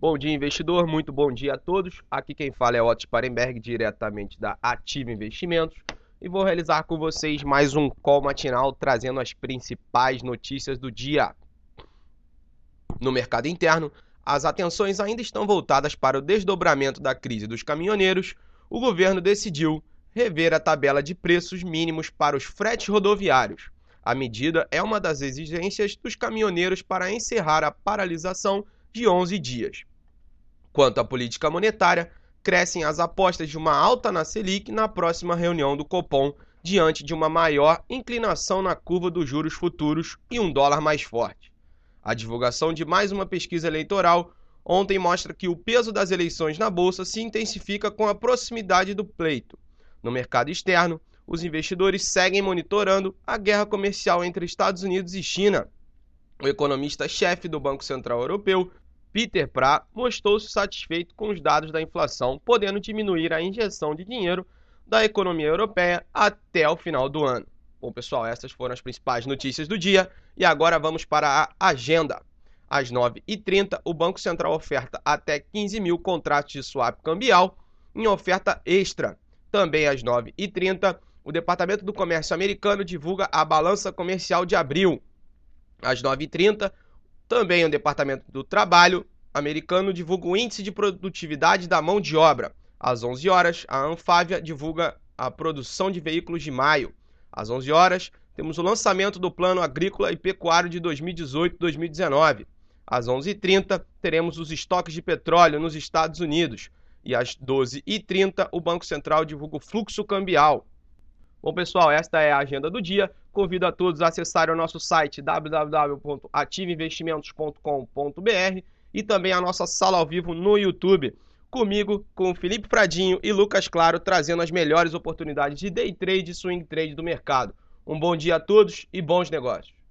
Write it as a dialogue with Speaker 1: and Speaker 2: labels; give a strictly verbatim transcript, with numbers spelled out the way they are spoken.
Speaker 1: Bom dia, investidor. Muito bom dia a todos. Aqui quem fala é Otto Sparenberg, diretamente da Ativa Investimentos. E vou realizar com vocês mais um call matinal trazendo as principais notícias do dia. No mercado interno, as atenções ainda estão voltadas para o desdobramento da crise dos caminhoneiros. O governo decidiu rever a tabela de preços mínimos para os fretes rodoviários. A medida é uma das exigências dos caminhoneiros para encerrar a paralisação de onze dias. Quanto à política monetária, crescem as apostas de uma alta na Selic na próxima reunião do Copom, diante de uma maior inclinação na curva dos juros futuros e um dólar mais forte. A divulgação de mais uma pesquisa eleitoral ontem mostra que o peso das eleições na Bolsa se intensifica com a proximidade do pleito. No mercado externo, os investidores seguem monitorando a guerra comercial entre Estados Unidos e China. O economista-chefe do Banco Central Europeu, Peter Praet, mostrou-se satisfeito com os dados da inflação, podendo diminuir a injeção de dinheiro da economia europeia até o final do ano. Bom, pessoal, essas foram as principais notícias do dia e agora vamos para a agenda. Às nove e trinta, o Banco Central oferta até quinze mil contratos de swap cambial em oferta extra. Também às nove e trinta, o Departamento do Comércio americano divulga a balança comercial de abril. Às nove e trinta, também o Departamento do Trabalho americano divulga o Índice de Produtividade da Mão de Obra. Às onze horas, a Anfávia divulga a produção de veículos de maio. Às onze horas, temos o lançamento do Plano Agrícola e Pecuário de dois mil e dezoito a dois mil e dezenove. Às onze e trinta, teremos os estoques de petróleo nos Estados Unidos. E às doze e trinta, o Banco Central divulga o fluxo cambial. Bom, pessoal, esta é a agenda do dia. Convido a todos a acessarem o nosso site w w w ponto ativa investimentos ponto com ponto b r e também a nossa sala ao vivo no YouTube. Comigo, com o Felipe Pradinho e Lucas Claro, trazendo as melhores oportunidades de day trade e swing trade do mercado. Um bom dia a todos e bons negócios.